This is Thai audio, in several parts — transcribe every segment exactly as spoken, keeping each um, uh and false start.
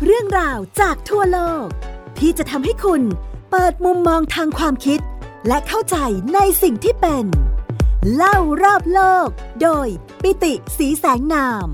เรื่องราวจากทั่วโลกที่จะทำให้คุณเปิดมุมมองทางความคิดและเข้าใจในสิ่งที่เป็นเล่ารอบโลกโดยปิติ ศรีแสงนาม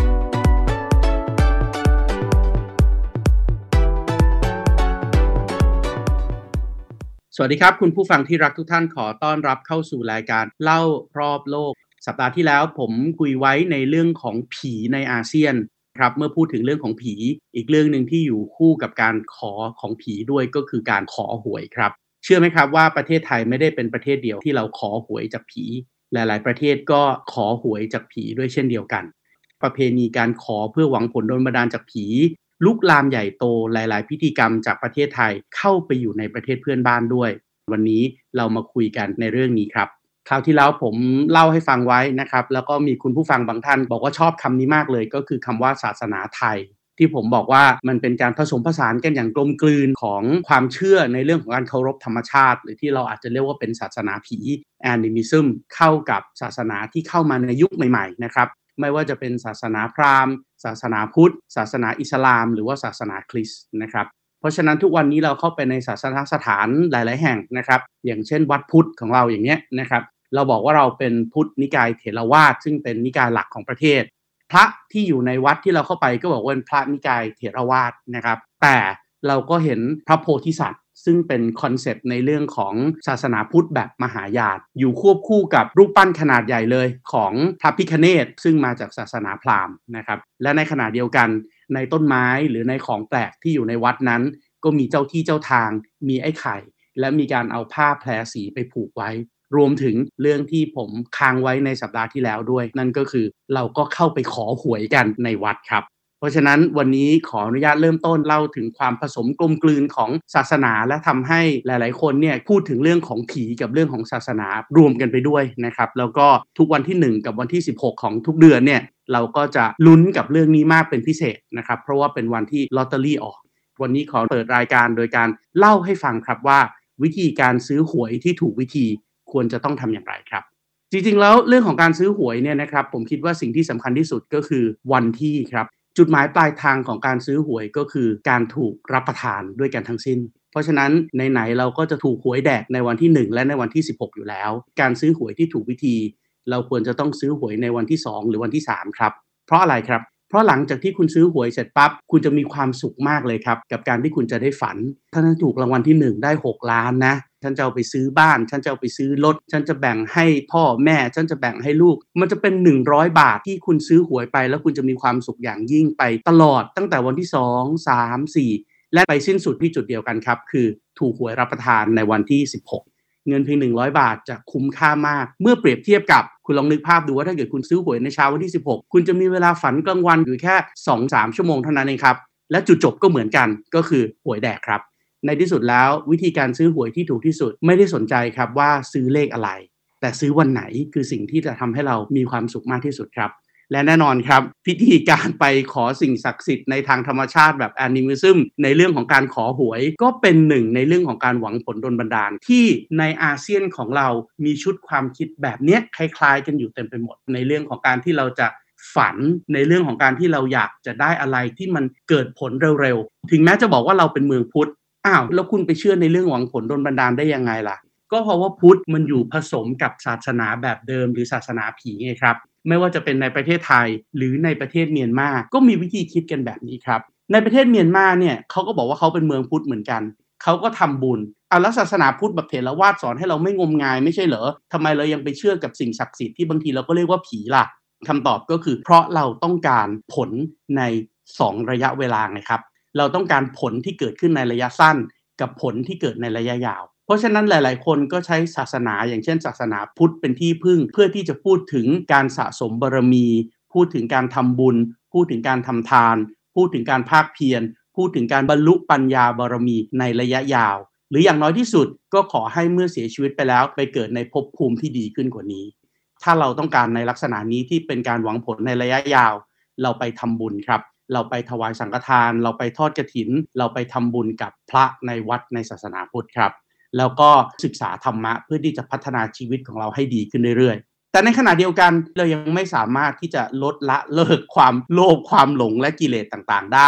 สวัสดีครับคุณผู้ฟังที่รักทุกท่านขอต้อนรับเข้าสู่รายการเล่ารอบโลกสัปดาห์ที่แล้วผมคุยไว้ในเรื่องของผีในอาเซียนครับเมื่อพูดถึงเรื่องของผีอีกเรื่องนึงที่อยู่คู่กับการขอของผีด้วยก็คือการขอหวยครับเชื่อไหมครับว่าประเทศไทยไม่ได้เป็นประเทศเดียวที่เราขอหวยจากผีหลายๆประเทศก็ขอหวยจากผีด้วยเช่นเดียวกันประเพณีการขอเพื่อหวังผลโดนบันดาลจากผีลุกลามใหญ่โตหลายๆพิธีกรรมจากประเทศไทยเข้าไปอยู่ในประเทศเพื่อนบ้านด้วยวันนี้เรามาคุยกันในเรื่องนี้ครับคราวที่แล้วผมเล่าให้ฟังไว้นะครับแล้วก็มีคุณผู้ฟังบางท่านบอกว่าชอบคำนี้มากเลยก็คือคำว่าศาสนาไทยที่ผมบอกว่ามันเป็นการผสมผสานกันอย่างกลมกลืนของความเชื่อในเรื่องของการเคารพธรรมชาติหรือที่เราอาจจะเรียกว่าเป็นศาสนาผี Animism เข้ากับศาสนาที่เข้ามาในยุคใหม่ๆนะครับไม่ว่าจะเป็นศาสนาพราหมณ์ศาสนาพุทธศาสนาอิสลามหรือว่าศาสนาคริสต์นะครับเพราะฉะนั้นทุกวันนี้เราเข้าไปในศาสนสถานหลายๆแห่งนะครับอย่างเช่นวัดพุทธของเราอย่างเนี้ยนะครับเราบอกว่าเราเป็นพุทธนิกายเถรวาทซึ่งเป็นนิกายหลักของประเทศพระที่อยู่ในวัดที่เราเข้าไปก็บอกว่าเป็นพระนิกายเถรวาทนะครับแต่เราก็เห็นพระโพธิสัตว์ซึ่งเป็นคอนเซปต์ในเรื่องของศาสนาพุทธแบบมหายานอยู่ควบคู่กับรูปปั้นขนาดใหญ่เลยของพระพิฆเนศซึ่งมาจากศาสนาพราหมณ์นะครับและในขณะเดียวกันในต้นไม้หรือในของแปลกที่อยู่ในวัดนั้นก็มีเจ้าที่เจ้าทางมีไอ้ไข่และมีการเอาผ้าแพรสีไปผูกไว้รวมถึงเรื่องที่ผมค้างไว้ในสัปดาห์ที่แล้วด้วยนั่นก็คือเราก็เข้าไปขอหวยกันในวัดครับเพราะฉะนั้นวันนี้ขออนุญาตเริ่มต้นเล่าถึงความผสมกลมกลืนของศาสนาและทำให้หลายๆคนเนี่ยพูดถึงเรื่องของผีกับเรื่องของศาสนารวมกันไปด้วยนะครับแล้วก็ทุกวันที่หนึ่งกับวันที่สิบหกของทุกเดือนเนี่ยเราก็จะลุ้นกับเรื่องนี้มากเป็นพิเศษนะครับเพราะว่าเป็นวันที่ลอตเตอรี่ออกวันนี้ขอเปิดรายการโดยการเล่าให้ฟังครับว่าวิธีการซื้อหวยที่ถูกวิธีควรจะต้องทำอย่างไรครับจริงๆแล้วเรื่องของการซื้อหวยเนี่ยนะครับผมคิดว่าสิ่งที่สำคัญที่สุดก็คือวันที่ครับจุดหมายปลายทางของการซื้อหวยก็คือการถูกรับประทานด้วยกันทั้งสิ้นเพราะฉะนั้นไหนๆเราก็จะถูกหวยแดกในวันที่หนึ่งและในวันที่สิบหกอยู่แล้วการซื้อหวยที่ถูกวิธีเราควรจะต้องซื้อหวยในวันที่สองหรือวันที่สามครับเพราะอะไรครับเพราะหลังจากที่คุณซื้อหวยเสร็จปั๊บคุณจะมีความสุขมากเลยครับกับการที่คุณจะได้ฝันถ้าท่านถูกรางวัลที่หนึ่งได้หกล้านนะฉันจะเอาไปซื้อบ้านฉันจะเอาไปซื้อรถฉันจะแบ่งให้พ่อแม่ฉันจะแบ่งให้ลูกมันจะเป็นหนึ่งร้อยบาทที่คุณซื้อหวยไปแล้วคุณจะมีความสุขอย่างยิ่งไปตลอดตั้งแต่วันที่สอง สาม สี่และไปสิ้นสุดที่จุดเดียวกันครับคือถูกหวยรับประทานในวันที่สิบหกเงินเพียงหนึ่งร้อยบาทจะคุ้มค่ามากเมื่อเปรียบเทียบกับคุณลองนึกภาพดูว่าถ้าเกิดคุณซื้อหวยในเช้าวันที่สิบหกคุณจะมีเวลาฝันกลางวันอยู่แค่ สองถึงสาม ชั่วโมงเท่านั้นเองครับและจุดจบก็เหมือนกันก็คือหวยแดกครับในที่สุดแล้ววิธีการซื้อหวยที่ถูกที่สุดไม่ได้สนใจครับว่าซื้อเลขอะไรแต่ซื้อวันไหนคือสิ่งที่จะทำให้เรามีความสุขมากที่สุดครับและแน่นอนครับพิธีการไปขอสิ่งศักดิ์สิทธิ์ในทางธรรมชาติแบบ Animism ในเรื่องของการขอหวยก็เป็นหนึ่งในเรื่องของการหวังผลดลบันดาลที่ในอาเซียนของเรามีชุดความคิดแบบเนี้ยคล้ายๆกันอยู่เต็มไปหมดในเรื่องของการที่เราจะฝันในเรื่องของการที่เราอยากจะได้อะไรที่มันเกิดผลเร็วๆถึงแม้จะบอกว่าเราเป็นเมืองพุทธอ้าวแล้วคุณไปเชื่อในเรื่องหวังผลดลบันดาลได้ยังไงล่ะก็เพราะว่าพุทธมันอยู่ผสมกับศาสนาแบบเดิมหรือศาสนาผีไงครับไม่ว่าจะเป็นในประเทศไทยหรือในประเทศเมียนมาก็มีวิธีคิดกันแบบนี้ครับในประเทศเมียนมาเนี่ยเขาก็บอกว่าเขาเป็นเมืองพุทธเหมือนกันเขาก็ทำบุญเอาแล้วศาสนาพุทธแบบเถรวาทสอนให้เราไม่งมงายไม่ใช่เหรอทำไมเรายังไปเชื่อกับสิ่งศักดิ์สิทธิ์ที่บางทีเราก็เรียกว่าผีล่ะคำตอบก็คือเพราะเราต้องการผลในสองระยะเวลาไงครับเราต้องการผลที่เกิดขึ้นในระยะสั้นกับผลที่เกิดในระยะยาวเพราะฉะนั้นหลายๆคนก็ใช้ศาสนาอย่างเช่นศาสนาพุทธเป็นที่พึ่งเพื่อที่จะพูดถึงการสะสมบารมีพูดถึงการทำบุญพูดถึงการทำทานพูดถึงการภาคเพียรพูดถึงการบรรลุปัญญาบารมีในระยะยาวหรืออย่างน้อยที่สุดก็ขอให้เมื่อเสียชีวิตไปแล้วไปเกิดในภพภูมิที่ดีขึ้นกว่านี้ถ้าเราต้องการในลักษณะนี้ที่เป็นการหวังผลในระยะยาวเราไปทำบุญครับเราไปถวายสังฆทานเราไปทอดกฐินเราไปทำบุญกับพระในวัดในศาสนาพุทธครับแล้วก็ศึกษาธรรมะเพื่อที่จะพัฒนาชีวิตของเราให้ดีขึ้นเรื่อยๆแต่ในขณะเดียวกันเรายังไม่สามารถที่จะลดละเลิกความโลภความหลงและกิเลสต่างๆได้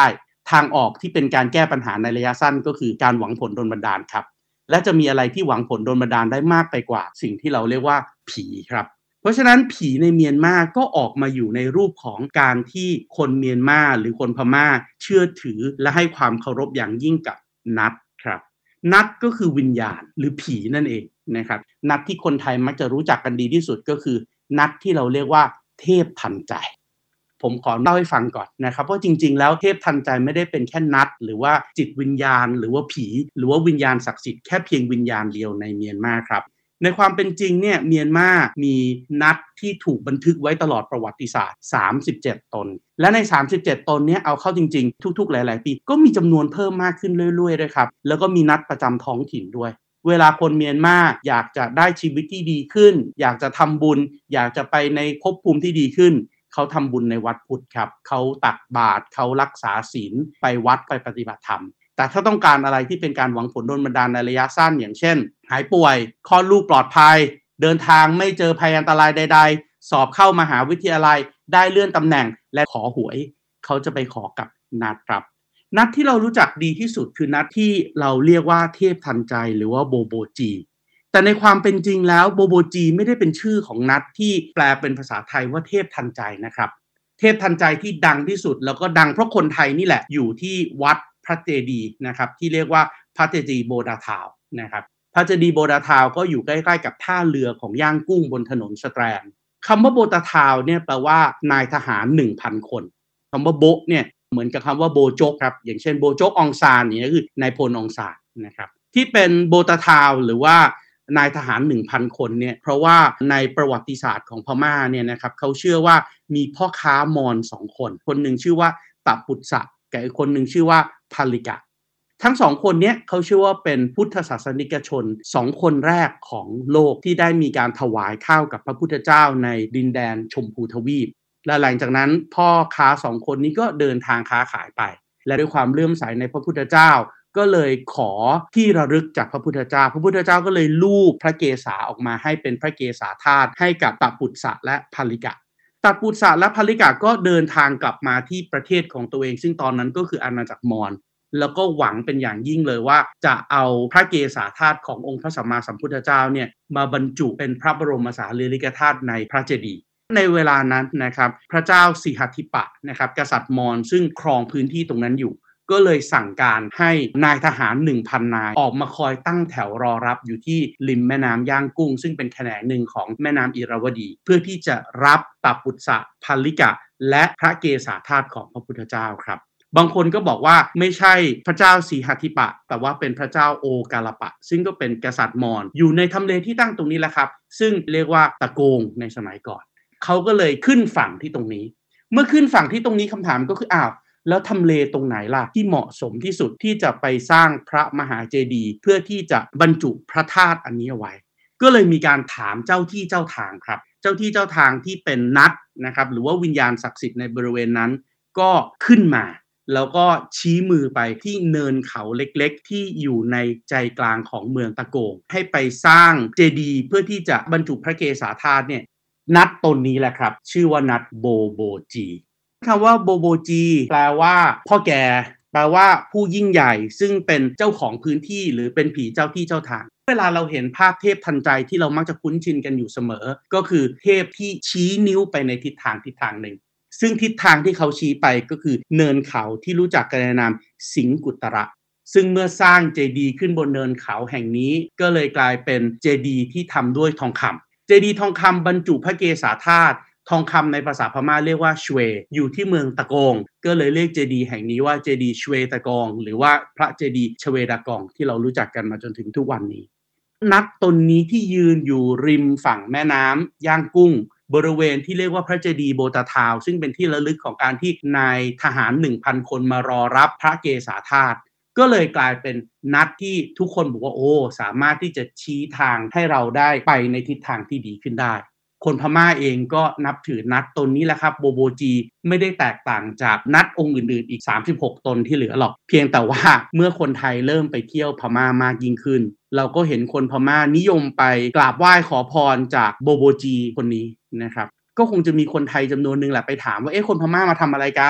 ทางออกที่เป็นการแก้ปัญหาในระยะสั้นก็คือการหวังผลโดนบันดาลครับและจะมีอะไรที่หวังผลโดนบันดาลได้มากไปกว่าสิ่งที่เราเรียกว่าผีครับเพราะฉะนั้นผีในเมียนมาก็ออกมาอยู่ในรูปของการที่คนเมียนมาหรือคนพม่าเชื่อถือและให้ความเคารพอย่างยิ่งกับนัทครับนัทก็คือวิญญาณหรือผีนั่นเองนะครับนัทที่คนไทยมักจะรู้จักกันดีที่สุดก็คือนัทที่เราเรียกว่าเทพทันใจผมขอเล่าให้ฟังก่อนนะครับว่าจริงๆแล้วเทพทันใจไม่ได้เป็นแค่นัทหรือว่าจิตวิญญาณหรือว่าผีหรือว่าวิญญาณศักดิ์สิทธิ์แค่เพียงวิญญาณเดียวในเมียนมาครับในความเป็นจริงเนี่ยเมียนมามีนัทที่ถูกบันทึกไว้ตลอดประวัติศาสตร์สามสิบเจ็ดตนและในสามสิบเจ็ดตนนี้เอาเข้าจริงๆทุกๆหลายๆปีก็มีจำนวนเพิ่มมากขึ้นเรื่อยๆด้วยครับแล้วก็มีนัทประจำท้องถิ่นด้วยเวลาคนเมียนมาอยากจะได้ชีวิตที่ดีขึ้นอยากจะทำบุญอยากจะไปในภพภูมิที่ดีขึ้นเขาทำบุญในวัดพุทธครับเขาตักบาตรเขารักษาศีลไปวัดไปปฏิบัติธรรมแต่ถ้าต้องการอะไรที่เป็นการหวังผลโดนบันดาลในระยะสั้นอย่างเช่นหายป่วยคลอดลูกปลอดภัยเดินทางไม่เจอภัยอันตรายใดๆสอบเข้ามหาวิทยาลัยได้เลื่อนตำแหน่งและขอหวยเขาจะไปขอกับนัทครับนัทที่เรารู้จักดีที่สุดคือนัทที่เราเรียกว่าเทพทันใจหรือว่าโบโบจีแต่ในความเป็นจริงแล้วโบโบจีไม่ได้เป็นชื่อของนัทที่แปลเป็นภาษาไทยว่าเทพทันใจนะครับเทพทันใจที่ดังที่สุดแล้วก็ดังเพราะคนไทยนี่แหละอยู่ที่วัดพระเจดีย์นะครับที่เรียกว่าพระเจดีย์โบดาทาวนะครับพระเจดีย์โบดาทาวก็อยู่ใกล้ๆกับท่าเรือของย่างกุ้งบนถนนสแตรนด์คำว่าโบดาทาวเนี่ยแปลว่านายทหาร หนึ่งพัน คนคำว่าโบเนี่ยเหมือนกับคำว่าโบโจกครับอย่างเช่นโบโจกองซานนี่คือนายพลองซานนะครับที่เป็นโบดาทาวหรือว่านายทหาร หนึ่งพัน คนเนี่ยเพราะว่าในประวัติศาสตร์ของพม่าเนี่ยนะครับเขาเชื่อว่ามีพ่อค้ามอญสองคนคนหนึ่งชื่อว่าตะปุตสะกับอีกคนหนึ่งชื่อว่าพาลิกะทั้งสองคนนี้เขาเชื่อว่าเป็นพุทธศาสนิกชนสองคนแรกของโลกที่ได้มีการถวายข้าวกับพระพุทธเจ้าในดินแดนชมพูทวีปและหลังจากนั้นพ่อค้าสองคนนี้ก็เดินทางค้าขายไปและด้วยความเลื่อมใสในพระพุทธเจ้าก็เลยขอที่ระลึกจากพระพุทธเจ้าพระพุทธเจ้าก็เลยลูบพระเกศาออกมาให้เป็นพระเกศาธาตุให้กับตะปุตสะและพาลิกะตะปุตสะและพาลิกะก็เดินทางกลับมาที่ประเทศของตัวเองซึ่งตอนนั้นก็คืออาณาจักรมอญแล้วก็หวังเป็นอย่างยิ่งเลยว่าจะเอาพระเกศาธาตุขององค์พระสัมมาสัมพุทธเจ้าเนี่ยมาบรรจุเป็นพระบรมสารีริกธาตุในพระเจดีย์ในเวลานั้นนะครับพระเจ้าสิหทิปะนะครับกษัตริย์มอญซึ่งครองพื้นที่ตรงนั้นอยู่ก็เลยสั่งการให้นายทหาร หนึ่งพัน นายออกมาคอยตั้งแถวรอรับอยู่ที่ริมแม่น้ำย่างกุ้งซึ่งเป็นแขนงหนึ่งของแม่น้ำอิราวดีเพื่อที่จะรับตะปุตสะพาลิกะและพระเกศาธาตุของพระพุทธเจ้าครับบางคนก็บอกว่าไม่ใช่พระเจ้าสีหทิปะแต่ว่าเป็นพระเจ้าโอกาลปะซึ่งก็เป็นกษัตริย์มอญอยู่ในทำเลที่ตั้งตรงนี้แหละครับซึ่งเรียกว่าตะโกงในสมัยก่อนเขาก็เลยขึ้นฝั่งที่ตรงนี้เมื่อขึ้นฝั่งที่ตรงนี้คำถามก็คืออ้าวแล้วทำเลตรงไหนล่ะที่เหมาะสมที่สุดที่จะไปสร้างพระมหาเจดีย์เพื่อที่จะบรรจุพระธาตุอันนี้เอาไว้ก็เลยมีการถามเจ้าที่เจ้าทางครับเจ้าที่เจ้าทางที่เป็นนัทนะครับหรือว่าวิญญาณศักดิ์สิทธิ์ในบริเวณนั้นก็ขึ้นมาแล้วก็ชี้มือไปที่เนินเขาเล็กๆที่อยู่ในใจกลางของเมืองตะโกงให้ไปสร้างเจดีย์เพื่อที่จะบรรจุพระเกศาธาตุเนี่ยนัทตนนี้แหละครับชื่อว่านัทโบโบจีคำว่าโบโบจีแปลว่าพ่อแก่แปลว่าผู้ยิ่งใหญ่ซึ่งเป็นเจ้าของพื้นที่หรือเป็นผีเจ้าที่เจ้าทางเวลาเราเห็นภาพเทพทันใจที่เรามักจะคุ้นชินกันอยู่เสมอก็คือเทพที่ชี้นิ้วไปในทิศทางทิศทางหนึ่งซึ่งทิศทางที่เขาชี้ไปก็คือเนินเขาที่รู้จักกันในนามสิงกุตระซึ่งเมื่อสร้างเจดีย์ขึ้นบนเนินเขาแห่งนี้ก็เลยกลายเป็นเจดีย์ที่ทำด้วยทองคำเจดีย์ทองคำบรรจุพระเกศาธาตุทองคำในภาษาพม่าเรียกว่าชเวอยู่ที่เมืองตะโกงก็เลยเรียกเจดีย์แห่งนี้ว่าเจดีย์ชเวตะกองหรือว่าพระเจดีย์ชเวดากองที่เรารู้จักกันมาจนถึงทุกวันนี้นัทตนนี้ที่ยืนอยู่ริมฝั่งแม่น้ำย่างกุ้งบริเวณที่เรียกว่าพระเจดีย์โบตาทาวซึ่งเป็นที่ระลึกของการที่นายทหาร หนึ่งพัน คนมารอรับพระเกศาธาตุก็เลยกลายเป็นนัทที่ทุกคนบอกว่าโอ้สามารถที่จะชี้ทางให้เราได้ไปในทิศทางที่ดีขึ้นได้คนพม่าเองก็นับถือนัทตนนี้แหละครับโบโบจีไม่ได้แตกต่างจากนัทองค์อื่นๆอีกสามสิบหกตนที่เหลือหรอกเพียงแต่ว่าเมื่อคนไทยเริ่มไปเที่ยวพม่ามากยิ่งขึ้นเราก็เห็นคนพม่านิยมไปกราบไหว้ขอพรจากโบโบจีคนนี้นะครับก็คงจะมีคนไทยจำนวนนึงแหละไปถามว่าเอ๊ะคนพม่ามาทำอะไรกัน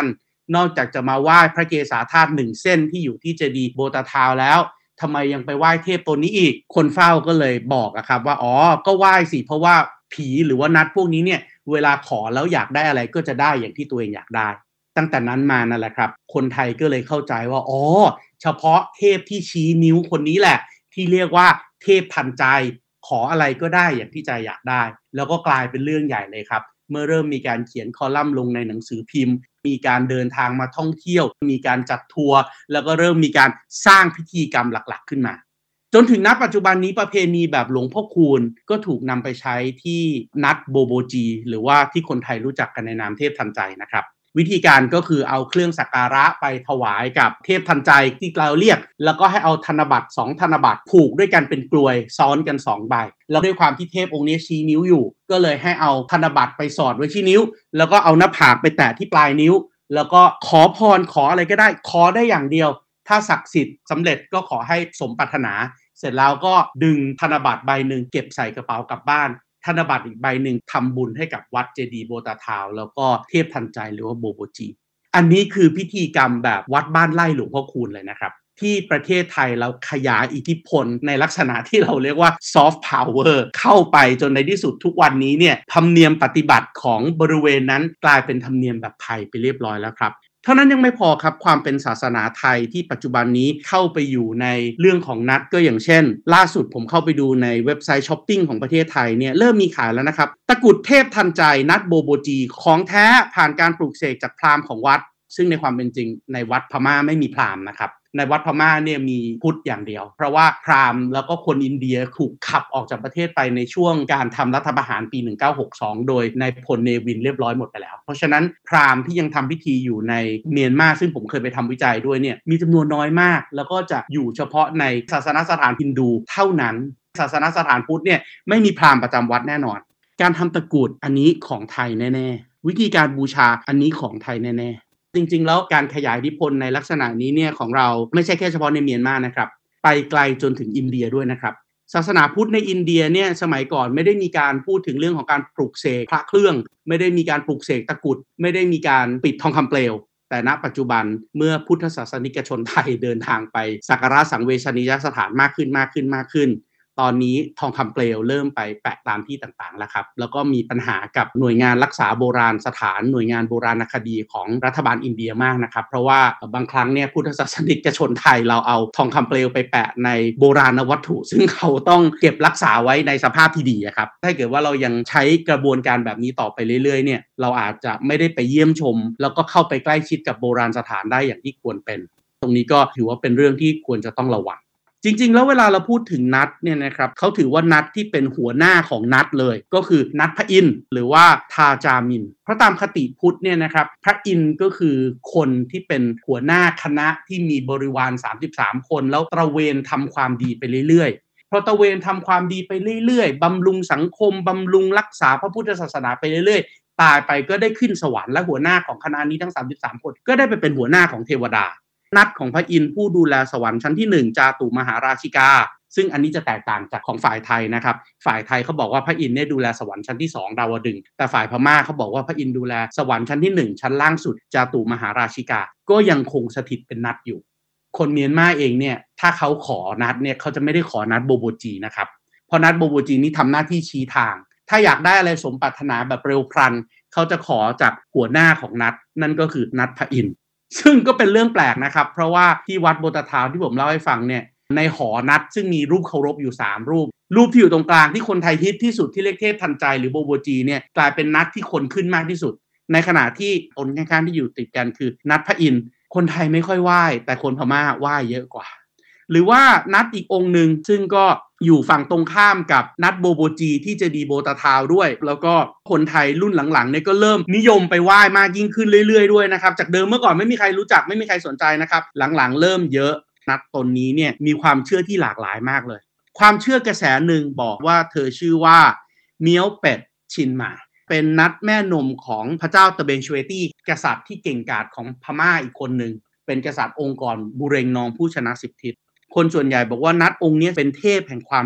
นอกจากจะมาไหว้พระเกศาธาตุหนึ่งเส้นที่อยู่ที่เจดีย์โบตาทาวแล้วทำไมยังไปไหว้เทพตัวนี้อีกคนเฝ้าก็เลยบอกอะครับว่าอ๋อก็ไหว้สิเพราะว่าผีหรือว่านัดพวกนี้เนี่ยเวลาขอแล้วอยากได้อะไรก็จะได้อย่างที่ตัวเองอยากได้ตั้งแต่นั้นมานั่นแหละครับคนไทยก็เลยเข้าใจว่าอ๋อเฉพาะเทพที่ชี้นิ้วคนนี้แหละที่เรียกว่าเทพทันใจขออะไรก็ได้อย่างที่ใจอยากได้แล้วก็กลายเป็นเรื่องใหญ่เลยครับเมื่อเริ่มมีการเขียนคอลัมน์ลงในหนังสือพิมพ์มีการเดินทางมาท่องเที่ยวมีการจัดทัวร์แล้วก็เริ่มมีการสร้างพิธีกรรมหลักๆขึ้นมาจนถึงณปัจจุบันนี้ประเพณีแบบหลวงพ่อคูณก็ถูกนำไปใช้ที่นัดโบโบจีหรือว่าที่คนไทยรู้จักกันในนามเทพทันใจนะครับวิธีการก็คือเอาเครื่องสักการะไปถวายกับเทพทันใจที่เราเรียกแล้วก็ให้เอาธนบัตรสองธนบัตรผูกด้วยกันเป็นกลวยซ้อนกันสองใบแล้วด้วยความที่เทพองค์นี้ชี้นิ้วอยู่ก็เลยให้เอาธนบัตรไปสอดไว้ที่นิ้วแล้วก็เอาหน้าผากไปแตะที่ปลายนิ้วแล้วก็ขอพรขออะไรก็ได้ขอได้อย่างเดียวถ้าศักดิ์สิทธิ์สำเร็จก็ขอให้สมปรารถนาเสร็จแล้วก็ดึงธนบัตรใบหนึ่งเก็บใส่กระเป๋ากลับบ้านธนบัตรอีกใบหนึ่งทำบุญให้กับวัดเจดีย์โบตาทาวแล้วก็เทพทันใจหรือว่าโบโบจีอันนี้คือพิธีกรรมแบบวัดบ้านไร่หลวงพ่อคูณเลยนะครับที่ประเทศไทยเราขยายอิทธิพลในลักษณะที่เราเรียกว่าซอฟต์พาวเวอร์เข้าไปจนในที่สุดทุกวันนี้เนี่ยธรรมเนียมปฏิบัติของบริเวณนั้นกลายเป็นธรรมเนียมแบบไทยไปเรียบร้อยแล้วครับเท่านั้นยังไม่พอครับความเป็นศาสนาไทยที่ปัจจุบันนี้เข้าไปอยู่ในเรื่องของนัดก็อย่างเช่นล่าสุดผมเข้าไปดูในเว็บไซต์ช้อปปิ้งของประเทศไทยเนี่ยเริ่มมีขายแล้วนะครับตะกรุดเทพทันใจนัดโบโบจีของแท้ผ่านการปลูกเสกจากพราหมณ์ของวัดซึ่งในความเป็นจริงในวัดพม่าไม่มีพราหมณ์นะครับในวัดพม่าเนี่ยมีพุทธอย่างเดียวเพราะว่าพราหมณ์แล้วก็คนอินเดียถูกขับออกจากประเทศไปในช่วงการทำรัฐประหารปีหนึ่งเก้าหกสองโดยนายพลเนวินเรียบร้อยหมดไปแล้วเพราะฉะนั้นพราหมณ์ที่ยังทำพิธีอยู่ในเมียนมาซึ่งผมเคยไปทำวิจัยด้วยเนี่ยมีจำนวนน้อยมากแล้วก็จะอยู่เฉพาะในศาสนสถานฮินดูเท่านั้นศาสนสถานพุทธเนี่ยไม่มีพราหมณ์ประจำวัดแน่นอนการทำตะกรุดอันนี้ของไทยแน่ๆวิธีการบูชาอันนี้ของไทยแน่ๆจริงๆแล้วการขยายอิทธิพลในลักษณะนี้เนี่ยของเราไม่ใช่แค่เฉพาะในเมียนมานะครับไปไกลจนถึงอินเดียด้วยนะครับศาสนาพุทธในอินเดียเนี่ยสมัยก่อนไม่ได้มีการพูดถึงเรื่องของการปลูกเสกพระเครื่องไม่ได้มีการปลูกเสกตะกรุดไม่ได้มีการปิดทองคำเปลวแต่ณปัจจุบันเมื่อพุทธศาสนิกชนไทยเดินทางไปสักการะสังเวชนียสถานมากขึ้นมากขึ้นมากขึ้นตอนนี้ทองคำเปลวเริ่มไปแปะตามที่ต่างๆแล้วครับแล้วก็มีปัญหากับหน่วยงานรักษาโบราณสถานหน่วยงานโบราณคดีของรัฐบาลอินเดียมากนะครับเพราะว่าบางครั้งเนี่ยพุทธศาสนิกชนไทยเราเอาทองคำเปลวไปแปะในโบราณวัตถุซึ่งเขาต้องเก็บรักษาไว้ในสภาพที่ดีครับถ้าเกิดว่าเรายังใช้กระบวนการแบบนี้ต่อไปเรื่อยๆเนี่ยเราอาจจะไม่ได้ไปเยี่ยมชมแล้วก็เข้าไปใกล้ชิดกับโบราณสถานได้อย่างที่ควรเป็นตรงนี้ก็ถือว่าเป็นเรื่องที่ควรจะต้องระวังจริงๆแล้วเวลาเราพูดถึงนัดเนี่ยนะครับเขาถือว่านัดที่เป็นหัวหน้าของนัดเลยก็คือนัดพระอินทร์หรือว่าทาจามินเพราะตามคติพุทธเนี่ยนะครับพระอินทร์ก็คือคนที่เป็นหัวหน้าคณะที่มีบริวารสามสิบสามคนแล้วตระเวนทำความดีไปเรื่อยๆพอตระเวนทำความดีไปเรื่อยๆบำรุงสังคมบำรุงรักษาพระพุทธศาสนาไปเรื่อยๆตายไปก็ได้ขึ้นสวรรค์และหัวหน้าของคณะนี้ทั้งสามสิบสามคนก็ได้ไปเป็นหัวหน้าของเทวดานัดของพระอินทร์ผู้ดูแลสวรรค์ชั้นที่หนึ่งจาตุมหาราชิกาซึ่งอันนี้จะแตกต่างจากของฝ่ายไทยนะครับฝ่ายไทยเขาบอกว่าพระอินทร์เนี่ยดูแลสวรรค์ชั้นที่สองดาวดึงส์แต่ฝ่ายพม่าเขาบอกว่าพระอินทร์ดูแลสวรรค์ชั้นที่หนึ่งชั้นล่างสุดจาตุมหาราชิกาก็ยังคงสถิตเป็นนัดอยู่คนเมียนมาเองเนี่ยถ้าเขาขอนัดเนี่ยเขาจะไม่ได้ขอนัดโบโบจีนะครับเพราะนัดโบโบจีนี่ทำหน้าที่ชี้ทางถ้าอยากได้อะไรสมปรารถนาแบบเร็วพลันเขาจะขอจากหัวหน้าของนัดนั่นก็คือนัดพระอินทร์ซึ่งก็เป็นเรื่องแปลกนะครับเพราะว่าที่วัดโบตาทาวที่ผมเล่าให้ฟังเนี่ยในหอนัดซึ่งมีรูปเคารพอยู่สามรูปรูปที่อยู่ตรงกลางที่คนไทยฮิตที่สุดที่เรียกเทพทันใจหรือโบโบจีเนี่ยกลายเป็นนัดที่คนขึ้นมากที่สุดในขณะที่องค์ข้างๆที่อยู่ติดกันคือนัดพระอินทร์คนไทยไม่ค่อยไหว้แต่คนพม่าไหว้เยอะกว่าหรือว่านัดอีกองค์นึงซึ่งก็อยู่ฝั่งตรงข้ามกับนัดโบโบจีที่เจดีย์โบตาทาวด้วยแล้วก็คนไทยรุ่นหลังๆเนี่ยก็เริ่มนิยมไปไหว้มากยิ่งขึ้นเรื่อยๆด้วยนะครับจากเดิมเมื่อก่อนไม่มีใครรู้จักไม่มีใครสนใจนะครับหลังๆเริ่มเยอะนัดตนนี้เนี่ยมีความเชื่อที่หลากหลายมากเลยความเชื่อกระแสหนึ่งบอกว่าเธอชื่อว่าเมียวเป็ดชินมาเป็นนัดแม่นมของพระเจ้าตะเบงชเวตี้กษัตริย์ที่เก่งกาจของพม่าอีกคนหนึ่งเป็นกษัตริย์องค์กรบุเรงนองผู้ชนะสิบทิศคนส่วนใหญ่บอกว่านัดองค์นี้เป็นเทพแห่งความรัก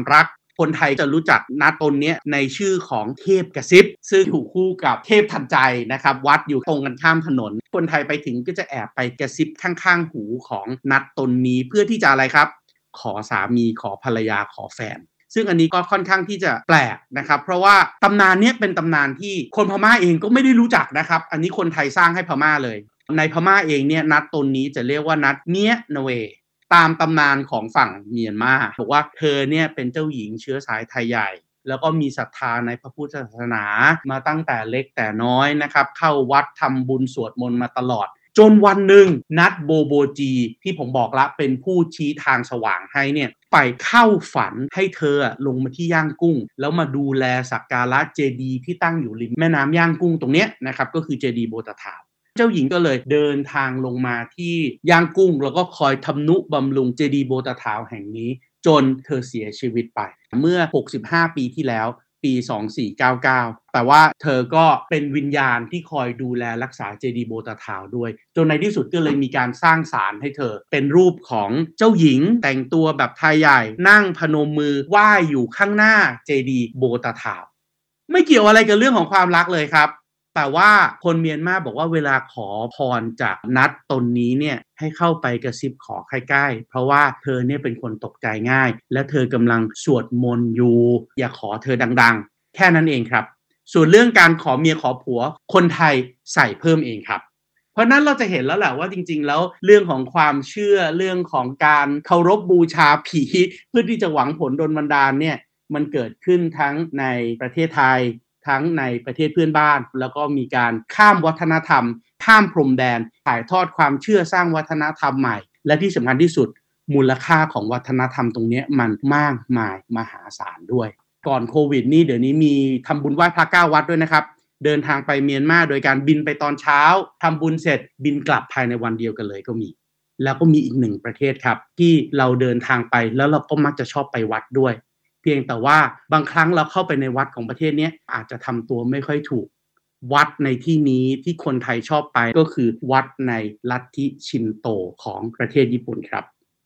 คนไทยจะรู้จักณตนนี้ในชื่อของเทพกระซิบซึ่งอยู่คู่กับเทพทันใจนะครับวัดอยู่ตรงกันข้ามถนนคนไทยไปถึงก็จะแอบไปกระซิบข้างๆหูของณตนนี้เพื่อที่จะอะไรครับขอสามีขอภรรยาขอแฟนซึ่งอันนี้ก็ค่อนข้างที่จะแปลกนะครับเพราะว่าตำนานนี้เป็นตำนานที่คนพม่าเองก็ไม่ได้รู้จักนะครับอันนี้คนไทยสร้างให้พม่าเลยในพม่าเองเนี่ยณตนนี้จะเรียกว่าณเนียนเวตามตำนานของฝั่งเมียนมาบอกว่าเธอเนี่ยเป็นเจ้าหญิงเชื้อสายไทยใหญ่แล้วก็มีศรัทธาในพระพุทธศาสนามาตั้งแต่เล็กแต่น้อยนะครับเข้าวัดทำบุญสวดมนต์มาตลอดจนวันหนึ่งนัดโบโบจีที่ผมบอกละเป็นผู้ชี้ทางสว่างให้เนี่ยไปเข้าฝันให้เธอลงมาที่ย่างกุ้งแล้วมาดูแลสักการะเจดีย์ที่ตั้งอยู่ริมแม่น้ำย่างกุ้งตรงเนี้ยนะครับก็คือเจดีย์โบตะถาวเจ้าหญิงก็เลยเดินทางลงมาที่ย่างกุ้งแล้วก็คอยทำนุบำรุงเจดีย์โบตะถาวแห่งนี้จนเธอเสียชีวิตไปเมื่อหกสิบห้าปีที่แล้วปีสองพันสี่ร้อยเก้าสิบเก้าแต่ว่าเธอก็เป็นวิญญาณที่คอยดูแลรักษาเจดีย์โบตะถาวด้วยจนในที่สุดก็เลยมีการสร้างศาลให้เธอเป็นรูปของเจ้าหญิงแต่งตัวแบบไทยใหญ่นั่งพนมมือไหว้อยู่ข้างหน้าเจดีย์โบตะถาวไม่เกี่ยวอะไรกับเรื่องของความรักเลยครับแต่ว่าคนเมียนมาบอกว่าเวลาขอพรจากนัดตนนี้เนี่ยให้เข้าไปกระซิบขอใกล้ๆเพราะว่าเธอเนี่ยเป็นคนตกใจง่ายและเธอกำลังสวดมนต์อยู่อย่าขอเธอดังๆแค่นั้นเองครับส่วนเรื่องการขอเมียขอผัวคนไทยใส่เพิ่มเองครับเพราะนั้นเราจะเห็นแล้วแหละว่าจริงๆแล้วเรื่องของความเชื่อเรื่องของการเคารพบูชาผีเพื่อที่จะหวังผลดลบันดาลเนี่ยมันเกิดขึ้นทั้งในประเทศไทยทั้งในประเทศเพื่อนบ้านแล้วก็มีการข้ามวัฒนธรรมข้ามพรมแดนถ่ายทอดความเชื่อสร้างวัฒนธรรมใหม่และที่สำคัญที่สุดมูลค่าของวัฒนธรรมตรงนี้มันมากมายมหาศาลด้วยก่อนโควิดนี่เดี๋ยวนี้มีทำบุญไหว้พระเก้าวัดด้วยนะครับเดินทางไปเมียนมาโดยการบินไปตอนเช้าทำบุญเสร็จบินกลับภายในวันเดียวกันเลยก็มีแล้วก็มีอีกหนึ่งประเทศครับที่เราเดินทางไปแล้วเราก็มักจะชอบไปวัดด้วยเพียงแต่ว่าบางครั้งเราเข้าไปในวัดของประเทศนี้อาจจะทำตัวไม่ค่อยถูกวัดในที่นี้ที่คนไทยชอบไปก็คือวัดในลัทธิชินโตของประเทศญี่ปุ่นครับ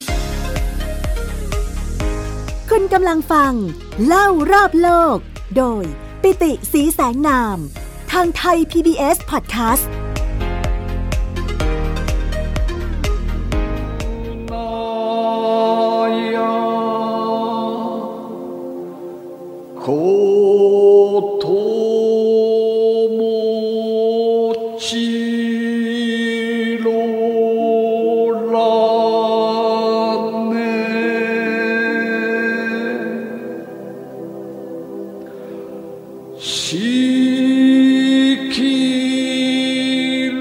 คุณกำลังฟังเล่ารอบโลกโดยปิติศรีแสงนามทางไทย พี บี เอส Podcast こともちろらねしきる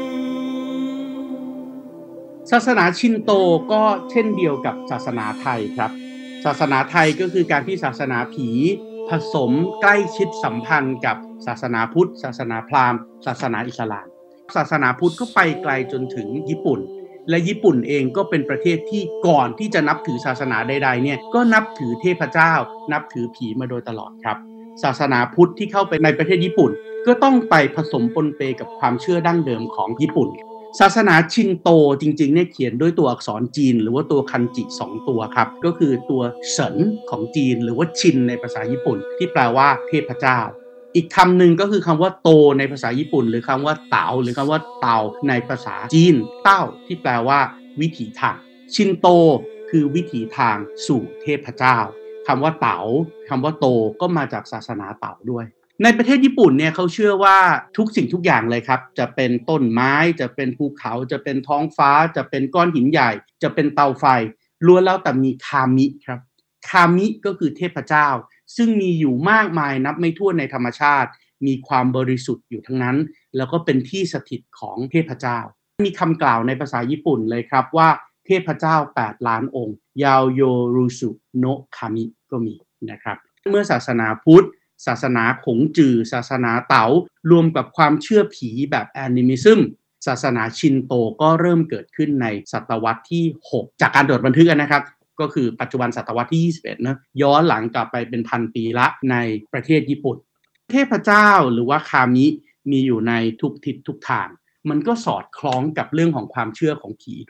ศาสนาชินโตก็เช่นเดียวกับศาสนาไทยครับศาสนาไทยก็คือการที่ศาสนาผีผสมใกล้ชิดสัมพันธ์กับศาสนาพุทธศาสนาพราหมณ์ศาสนาอิสลามศาสนาพุทธก็ไปไกลจนถึงญี่ปุ่นและญี่ปุ่นเองก็เป็นประเทศที่ก่อนที่จะนับถือศาสนาใดๆเนี่ยก็นับถือเทพเจ้านับถือผีมาโดยตลอดครับศาสนาพุทธที่เข้าไปในประเทศญี่ปุ่นก็ต้องไปผสมปนเปกับความเชื่อดั้งเดิมของญี่ปุ่นศาสนาชินโตจริงๆเนี่ยเขียนด้วยตัวอักษรจีนหรือว่าตัวคันจิสองตัวครับก็คือตัวเฉินของจีนหรือว่าชินในภาษาญี่ปุ่นที่แปลว่าเทพเจ้าอีกคำหนึ่งก็คือคำว่าโตในภาษาญี่ปุ่นหรือคำว่าเต๋าหรือคำว่าเตาในภาษาจีนเต้าที่แปลว่าวิถีทางชินโตคือวิถีทางสู่เทพเจ้าคำว่าเต๋าคำว่าโตก็มาจากศาสนาเต๋าด้วยในประเทศญี่ปุ่นเนี่ยเขาเชื่อว่าทุกสิ่งทุกอย่างเลยครับจะเป็นต้นไม้จะเป็นภูเขาจะเป็นท้องฟ้าจะเป็นก้อนหินใหญ่จะเป็นเตาไฟล้วนแล้วแต่มีคามิครับคามิก็คือเทพเจ้าซึ่งมีอยู่มากมายนับไม่ถ้วนในธรรมชาติมีความบริสุทธิ์อยู่ทั้งนั้นแล้วก็เป็นที่สถิตของเทพเจ้ามีคำกล่าวในภาษาญี่ปุ่นเลยครับว่าเทพเจ้าแปดล้านองค์ยาวโยรุสุโนะคามิก็มีนะครับเมื่อศาสนาพุทธศาสนาขงจือศาสนาเต๋ารวมกับความเชื่อผีแบบแอนิมิซึมศาสนาชินโตก็เริ่มเกิดขึ้นในศตวรรษที่หกจากการตรวจบันทึกนะครับก็คือปัจจุบันศตวรรษที่ยี่สิบเอ็ดนะย้อนหลังกลับไปเป็นพันปีละในประเทศญี่ปุ่นเทพเจ้าหรือว่าคามิมีอยู่ในทุกทิศทุกทางมันก็สอดคล้องกับเรื่องของความเชื่อของผีด้วย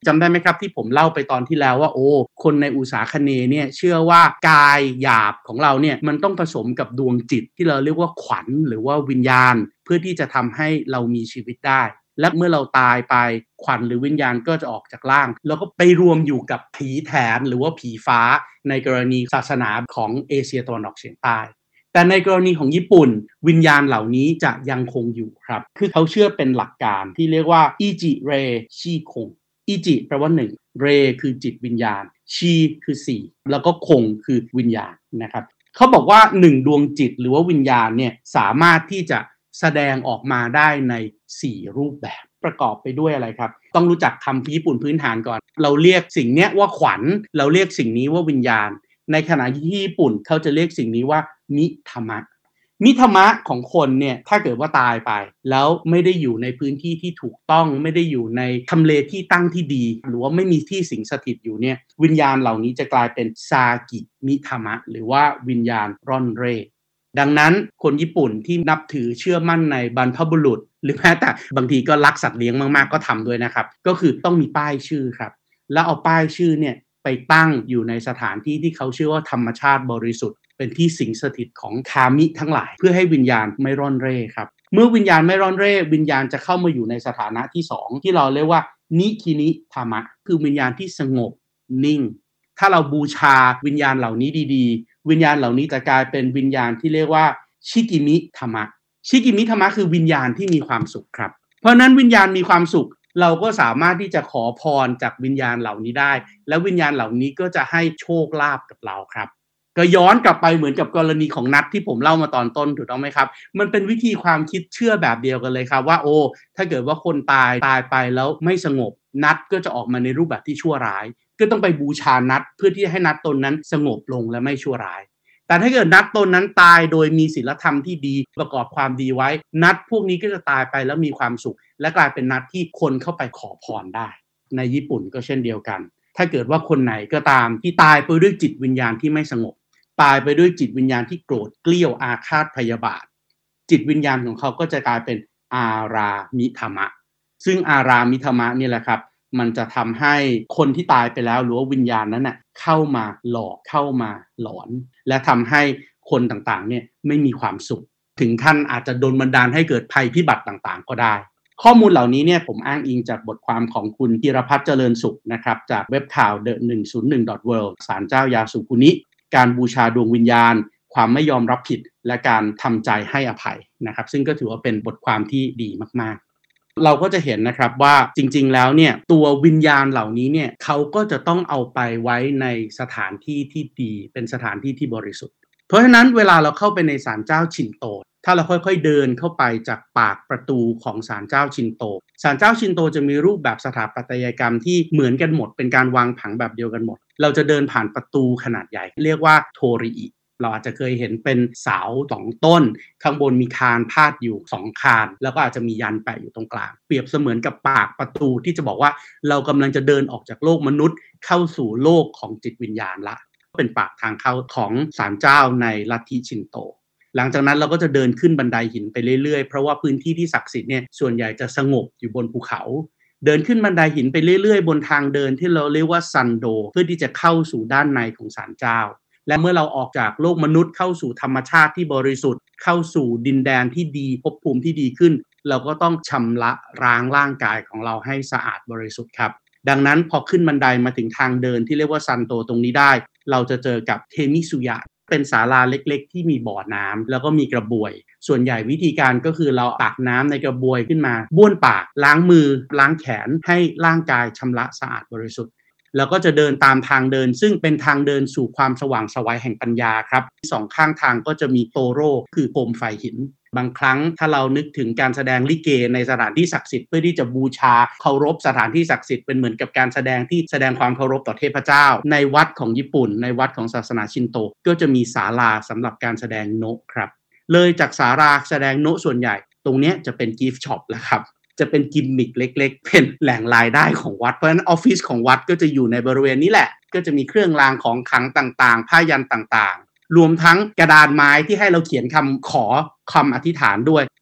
จำได้ไหมครับที่ผมเล่าไปตอนที่แล้วว่าโอ้คนในอุษาคเนย์เนี่ยเชื่อว่ากายหยาบของเราเนี่ยมันต้องผสมกับดวงจิตที่เราเรียกว่าขวัญหรือว่าวิญญาณเพื่อที่จะทำให้เรามีชีวิตได้และเมื่อเราตายไปขวัญหรือวิญญาณก็จะออกจากร่างแล้วก็ไปรวมอยู่กับผีแถนหรือว่าผีฟ้าในกรณีศาสนาของเอเชียตะวันออกเฉียงใต้แต่ในกรณีของญี่ปุ่นวิญญาณเหล่านี้จะยังคงอยู่ครับคือเขาเชื่อเป็นหลักการที่เรียกว่าอิจิเรชิคงอิจิแปลว่าหนึ่งเรคือจิตวิญญาณชีคือสี่แล้วก็คงคือวิญญาณนะครับเขาบอกว่าหนึ่งดวงจิตหรือว่าวิญญาณเนี่ยสามารถที่จะแสดงออกมาได้ในสี่รูปแบบประกอบไปด้วยอะไรครับต้องรู้จักคำญี่ปุ่นพื้นฐานก่อนเราเรียกสิ่งนี้ว่าขวัญเราเรียกสิ่งนี้ว่าวิญญาณในขณะที่ญี่ปุ่นเขาจะเรียกสิ่งนี้ว่ามิธรรมะมิธรรมะของคนเนี่ยถ้าเกิดว่าตายไปแล้วไม่ได้อยู่ในพื้นที่ที่ถูกต้องไม่ได้อยู่ในทำเลที่ตั้งที่ดีหรือว่าไม่มีที่สิงสถิตอยู่เนี่ยวิญญาณเหล่านี้จะกลายเป็นซากิมิธรรมะหรือว่าวิญญาณร่อนเร่ดังนั้นคนญี่ปุ่นที่นับถือเชื่อมั่นในบรรพบุรุษหรือแม้แต่บางทีก็รักสัตว์เลี้ยงมากๆก็ทำด้วยนะครับก็คือต้องมีป้ายชื่อครับแล้วเอาป้ายชื่อเนี่ยไปตั้งอยู่ในสถานที่ที่เขาเชื่อว่าธรรมชาติบริสุทธิ์เป็นที่สิงสถิตของคามิทั้งหลายเพื่อให้วิญญาณไม่ร่อนเร่ครับเมื่อวิญญาณไม่ร่อนเร่วิญญาณจะเข้ามาอยู่ในสถานะที่สองที่เราเรียกว่านิคินิธรรมะคือวิญญาณที่สงบนิ่งถ้าเราบูชาวิญญาณเหล่านี้ดีๆวิญญาณเหล่านี้จะกลายเป็นวิญญาณที่เรียกว่าชิกิมิธรรมะชิกิมิธรรมะคือวิญญาณที่มีความสุขครับเพราะนั้นวิญญาณมีความสุขเราก็สามารถที่จะขอพรจากวิญญาณเหล่านี้ได้แล้ววิญญาณเหล่านี้ก็จะให้โชคลาภกับเราครับก็ย้อนกลับไปเหมือนกับกรณีของนัทที่ผมเล่ามาตอนต้นถูกต้องไหมครับมันเป็นวิธีความคิดเชื่อแบบเดียวกันเลยครับว่าโอ้ถ้าเกิดว่าคนตายตายไปแล้วไม่สงบนัทก็จะออกมาในรูปแบบที่ชั่วร้ายก็ต้องไปบูชานัทเพื่อที่ให้นัทตนนั้นสงบลงและไม่ชั่วร้ายแต่ถ้าเกิดนัทตนนั้นตายโดยมีศีลธรรมที่ดีประกอบความดีไว้นัทพวกนี้ก็จะตายไปแล้วมีความสุขและกลายเป็นนัทที่คนเข้าไปขอพรได้ในญี่ปุ่นก็เช่นเดียวกันถ้าเกิดว่าคนไหนก็ตามที่ตายไปด้วยจิตวิญญาณที่ไม่สงบตายไปด้วยจิตวิญญาณที่โกรธเกลี้ยวอาฆาตพยาบาทจิตวิญญาณของเขาก็จะกลายเป็นอารามิธรรมะซึ่งอารามิธรรมะนี่แหละครับมันจะทำให้คนที่ตายไปแล้วหรือว่าวิญญาณนั้นน่ะเข้ามาหลอกเข้ามาหลอนและทำให้คนต่างๆเนี่ยไม่มีความสุขถึงขั้นอาจจะโดนบันดาลให้เกิดภัยพิบัติต่างๆก็ได้ข้อมูลเหล่านี้เนี่ยผมอ้างอิงจากบทความของคุณธีรพัฒน์เจริญสุขนะครับจากเว็บข่าว เดอะ หนึ่งศูนย์หนึ่ง ดอท เวิลด์ ศาลเจ้ายาสุกุนิการบูชาดวงวิญญาณความไม่ยอมรับผิดและการทำใจให้อภัยนะครับซึ่งก็ถือว่าเป็นบทความที่ดีมากๆเราก็จะเห็นนะครับว่าจริงๆแล้วเนี่ยตัววิญญาณเหล่านี้เนี่ยเขาก็จะต้องเอาไปไว้ในสถานที่ที่ดีเป็นสถานที่ที่บริสุทธิ์เพราะฉะนั้นเวลาเราเข้าไปในศาลเจ้าชินโตถ้าเราค่อยๆเดินเข้าไปจากปากประตูของศาลเจ้าชินโตศาลเจ้าชินโตจะมีรูปแบบสถาปัตยกรรมที่เหมือนกันหมดเป็นการวางผังแบบเดียวกันหมดเราจะเดินผ่านประตูขนาดใหญ่เรียกว่าโทริอิเราอาจจะเคยเห็นเป็นเสาสองต้นข้างบนมีคานพาดอยู่สองคานแล้วก็อาจจะมียันแปะอยู่ตรงกลางเปรียบเสมือนกับปากประตูที่จะบอกว่าเรากำลังจะเดินออกจากโลกมนุษย์เข้าสู่โลกของจิตวิญญาณละเป็นปากทางเข้าของศาลเจ้าในลัทธิชินโตหลังจากนั้นเราก็จะเดินขึ้นบันไดหินไปเรื่อยๆเพราะว่าพื้นที่ที่ศักดิ์สิทธิ์เนี่ยส่วนใหญ่จะสงบอยู่บนภูเขาเดินขึ้นบันไดหินไปเรื่อยๆบนทางเดินที่เราเรียกว่าซันโดเพื่อที่จะเข้าสู่ด้านในของศาลเจ้าและเมื่อเราออกจากโลกมนุษย์เข้าสู่ธรรมชาติที่บริสุทธิ์เข้าสู่ดินแดนที่ดีภพภูมิที่ดีขึ้นเราก็ต้องชำระล้างร่างกายของเราให้สะอาดบริสุทธิ์ครับดังนั้นพอขึ้นบันไดมาถึงทางเดินที่เรียกว่าซันโดตรงนี้ได้เราจะเจอกับเทมิสุยะเป็นศาลาเล็กๆที่มีบ่อน้ำแล้วก็มีกระบวยส่วนใหญ่วิธีการก็คือเราตักน้ำในกระบวยขึ้นมาบ้วนปากล้างมือล้างแขนให้ร่างกายชำระสะอาดบริสุทธิ์แล้วก็จะเดินตามทางเดินซึ่งเป็นทางเดินสู่ความสว่างไสวแห่งปัญญาครับสองข้างทางก็จะมีโตโร่คือโคมไฟหินบางครั้งถ้าเรานึกถึงการแสดงลิเกในสถานที่ศักดิ์สิทธิ์เพื่อที่จะบูชาเคารพสถานที่ศักดิ์สิทธิ์เป็นเหมือนกับการแสดงที่แสดงความเคารพต่อเทพเจ้าในวัดของญี่ปุ่นในวัดของศาสนาชินโตก็จะมีศาลาสำหรับการแสดงโนะครับเลยจากศาลาแสดงโนะส่วนใหญ่ตรงนี้จะเป็นกิฟต์ช็อปแล้วครับจะเป็นกิมมิคเล็กๆเป็นแหล่งรายได้ของวัดเพราะฉะนั้นออฟฟิศของวัดก็จะอยู่ในบริเวณนี้แหละก็จะมีเครื่องรางของขลังต่างๆผ้ายันต่างๆรวมทั้งกระดานไม้ที่ให้เราเขียนคำขอคำอธิษฐานด้วย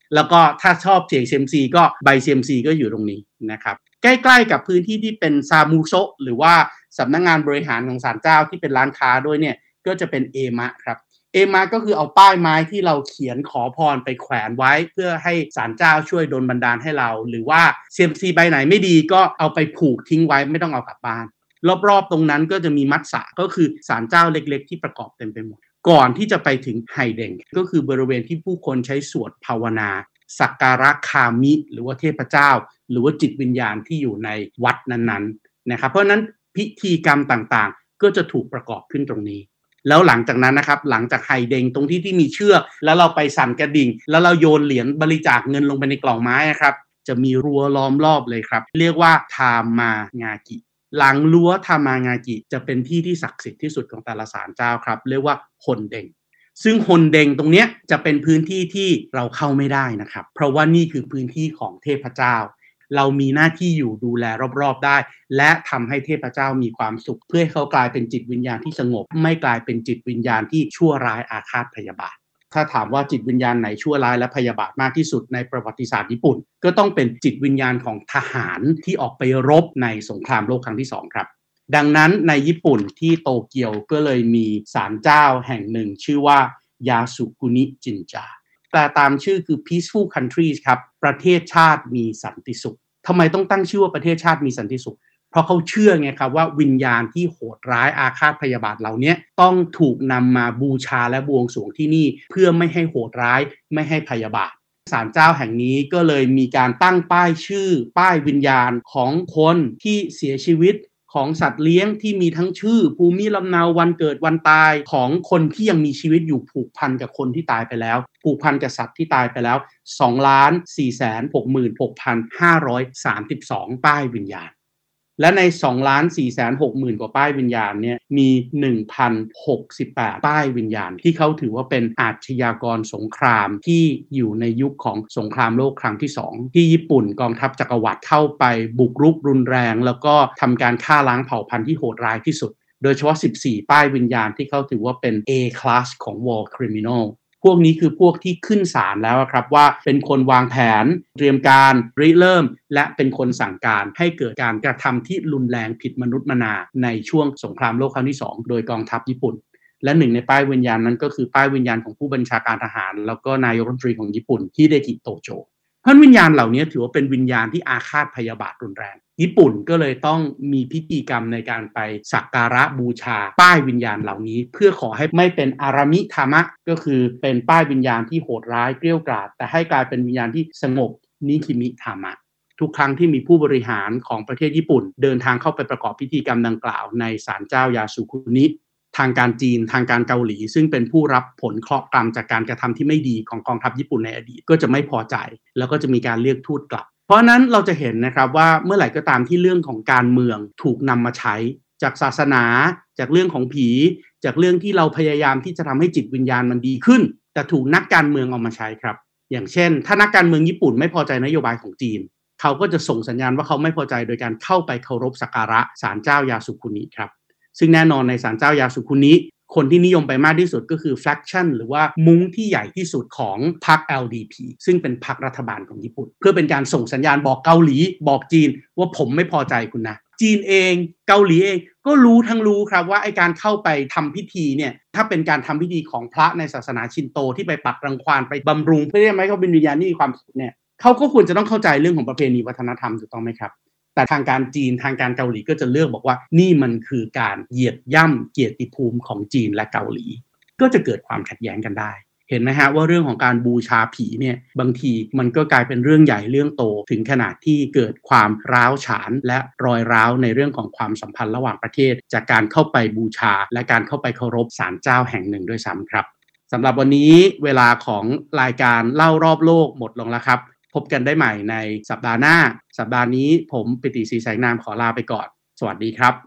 แล้วก็ถ้าชอบเสี่ยง ซี เอ็ม ซี ก็ใบ ซี เอ็ม ซี ก็อยู่ตรงนี้นะครับใกล้ๆกับพื้นที่ที่เป็นซามูโซะหรือว่าสำนักงานบริหารของศาลเจ้าที่เป็นร้านค้าด้วยเนี่ยก็จะเป็นเอมะครับเอมะก็คือเอาป้ายไม้ที่เราเขียนขอพรไปแขวนไว้เพื่อให้ศาลเจ้าช่วยดลบันดาลให้เราหรือว่า ซี เอ็ม ซี ใบไหนไม่ดีก็เอาไปผูกทิ้งไว้ไม่ต้องเอากลับบ้านรอบๆตรงนั้นก็จะมีมัตสะก็คือศาลเจ้าเล็กๆที่ประกอบเต็มไปหมดก่อนที่จะไปถึงไฮเดงก็คือบริเวณที่ผู้คนใช้สวดภาวนาสักการะคามิหรือว่าเทพเจ้าหรือว่าจิตวิญญาณที่อยู่ในวัดนั้นๆนะครับเพราะนั้นพิธีกรรมต่างๆก็จะถูกประกอบขึ้นตรงนี้แล้วหลังจากนั้นนะครับหลังจากไฮเดงตรงที่ที่มีเชือกแล้วเราไปสั่นกระดิ่งแล้วเราโยนเหรียญบริจาคเงินลงไปในกล่องไม้ครับจะมีรั้วล้อมรอบเลยครับเรียกว่าทามางากิหลังรั้วทามางากิจะเป็นที่ที่ศักดิ์สิทธิ์ที่สุดของแต่ละศาลเจ้าครับเรียกว่าฮอนเดงซึ่งฮอนเดงตรงนี้จะเป็นพื้นที่ที่เราเข้าไม่ได้นะครับเพราะว่านี่คือพื้นที่ของเทพเจ้าเรามีหน้าที่อยู่ดูแลรอบๆได้และทำให้เทพเจ้ามีความสุขเพื่อให้เขากลายเป็นจิตวิญญาณที่สงบไม่กลายเป็นจิตวิญญาณที่ชั่วร้ายอาฆาตพยาบาทถ้าถามว่าจิตวิญญาณไหนชั่วร้ายและพยาบาทมากที่สุดในประวัติศาสตร์ญี่ปุ่นก็ต้องเป็นจิตวิญญาณของทหารที่ออกไปรบในสงครามโลกครั้งที่สองครับดังนั้นในญี่ปุ่นที่โตเกียวก็เลยมีศาลเจ้าแห่งหนึ่งชื่อว่ายาสุกุนิจินจาแต่ตามชื่อคือ peaceful countries ครับประเทศชาติมีสันติสุขทำไมต้องตั้งชื่อว่าประเทศชาติมีสันติสุขเพราะเขาเชื่อไงครับว่าวิญญาณที่โหดร้ายอาฆาตพยาบาทเหล่านี้ต้องถูกนำมาบูชาและบวงสรวงที่นี่เพื่อไม่ให้โหดร้ายไม่ให้พยาบาทศาลเจ้าแห่งนี้ก็เลยมีการตั้งป้ายชื่อป้ายวิญญาณของคนที่เสียชีวิตของสัตว์เลี้ยงที่มีทั้งชื่อภูมิลำเนาวันเกิดวันตายของคนที่ยังมีชีวิตอยู่ผูกพันกับคนที่ตายไปแล้วผูกพันกับสัตว์ที่ตายไปแล้ว สองล้านสี่แสนหกหมื่นหกพันห้าร้อยสามสิบสอง ป้ายวิญญาณและใน สองล้านสี่แสนหกหมื่น กว่าป้ายวิญญาณเนี่ยมี หนึ่งพันหกสิบแปด ป้ายวิญญาณที่เขาถือว่าเป็นอาชญากรสงครามที่อยู่ในยุคของสงครามโลกครั้งที่สองที่ญี่ปุ่นกองทัพจักรวรรดิเข้าไปบุกรุกรุนแรงแล้วก็ทำการฆ่าล้างเผ่าพันธุ์ที่โหดร้ายที่สุดโดยเฉพาะสิบสี่ป้ายวิญญาณที่เขาถือว่าเป็น A class ของ War Criminalพวกนี้คือพวกที่ขึ้นศาลแล้วครับว่าเป็นคนวางแผนเตรียมการริเริ่มและเป็นคนสั่งการให้เกิดการกระทำที่รุนแรงผิดมนุษย์มนาในช่วงสงครามโลกครั้งที่สองโดยกองทัพญี่ปุ่นและหนึ่งในป้ายวิญญาณนั้นก็คือป้ายวิญญาณของผู้บัญชาการทหารแล้วก็นายกรัฐมนตรีของญี่ปุ่นฮิเดกิโตโจเพราะวิญญาณเหล่านี้ถือว่าเป็นวิญญาณที่อาฆาตพยาบาทรุนแรงญี่ปุ่นก็เลยต้องมีพิธีกรรมในการไปสักการะบูชาป้ายวิญญาณเหล่านี้เพื่อขอให้ไม่เป็นอารามิธามะก็คือเป็นป้ายวิญญาณที่โหดร้ายเกรี้ยวกราดแต่ให้กลายเป็นวิญญาณที่สงบนิคิมิธามะทุกครั้งที่มีผู้บริหารของประเทศญี่ปุ่นเดินทางเข้าไปประกอบพิธีกรรมดังกล่าวในศาลเจ้ายาสุคุนิทางการจีนทางการเกาหลีซึ่งเป็นผู้รับผลเคราะห์กรรมจากการกระทำที่ไม่ดีของกองทัพญี่ปุ่นในอดีตก็จะไม่พอใจแล้วก็จะมีการเรียกทูตกลับเพราะนั้นเราจะเห็นนะครับว่าเมื่อไหร่ก็ตามที่เรื่องของการเมืองถูกนำมาใช้จากศาสนาจากเรื่องของผีจากเรื่องที่เราพยายามที่จะทำให้จิตวิญญาณมันดีขึ้นแต่ถูกนักการเมืองเอามาใช้ครับอย่างเช่นถ้านักการเมืองญี่ปุ่นไม่พอใจนโยบายของจีนเขาก็จะส่งสัญญาณว่าเขาไม่พอใจโดยการเข้าไปเคารพสักการะศาลเจ้ายาสุคุนิครับซึ่งแน่นอนในศาลเจ้ายาสุคุนิคนที่นิยมไปมากที่สุดก็คือ faction หรือว่ามุ้งที่ใหญ่ที่สุดของพรรค แอล ดี พี ซึ่งเป็นพรรครัฐบาลของญี่ปุ่นเพื่อเป็นการส่งสัญญาณบอกเกาหลีบอกจีนว่าผมไม่พอใจคุณนะจีนเองเกาหลีเองก็รู้ทั้งรู้ครับว่าไอการเข้าไปทำพิธีเนี่ยถ้าเป็นการทำพิธีของพระในศาสนาชินโตที่ไปปัดรังควานไปบำรุงเพื่อให้เขาเป็นวิญญาณที่มีความสุขเนี่ยเขาก็ควรจะต้องเข้าใจเรื่องของประเพณีวัฒนธรรมถูกต้องไหมครับแต่ทางการจีนทางการเกาหลีก็จะเลือกบอกว่านี่มันคือการเหยียดย่ำเกียรติภูมิของจีนและเกาหลีก็จะเกิดความขัดแย้งกันได้เห็นไหมฮะว่าเรื่องของการบูชาผีเนี่ยบางทีมันก็กลายเป็นเรื่องใหญ่เรื่องโตถึงขนาดที่เกิดความร้าวฉานและรอยร้าวในเรื่องของความสัมพันธ์ระหว่างประเทศจากการเข้าไปบูชาและการเข้าไปเคารพศาลเจ้าแห่งหนึ่งด้วยซ้ำครับสำหรับวันนี้เวลาของรายการเล่ารอบโลกหมดลงแล้วครับพบกันได้ใหม่ในสัปดาห์หน้าสัปดาห์นี้ผมปิติศรีแสงนามขอลาไปก่อนสวัสดีครับ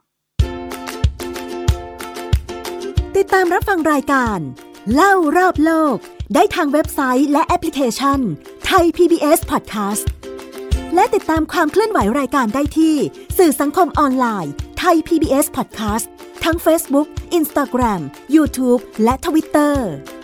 ติดตามรับฟังรายการเล่ารอบโลกได้ทางเว็บไซต์และแอปพลิเคชัน Thai พี บี เอส Podcast และติดตามความเคลื่อนไหวรายการได้ที่สื่อสังคมออนไลน์ Thai พี บี เอส Podcast ทั้ง Facebook, Instagram, YouTube และ Twitter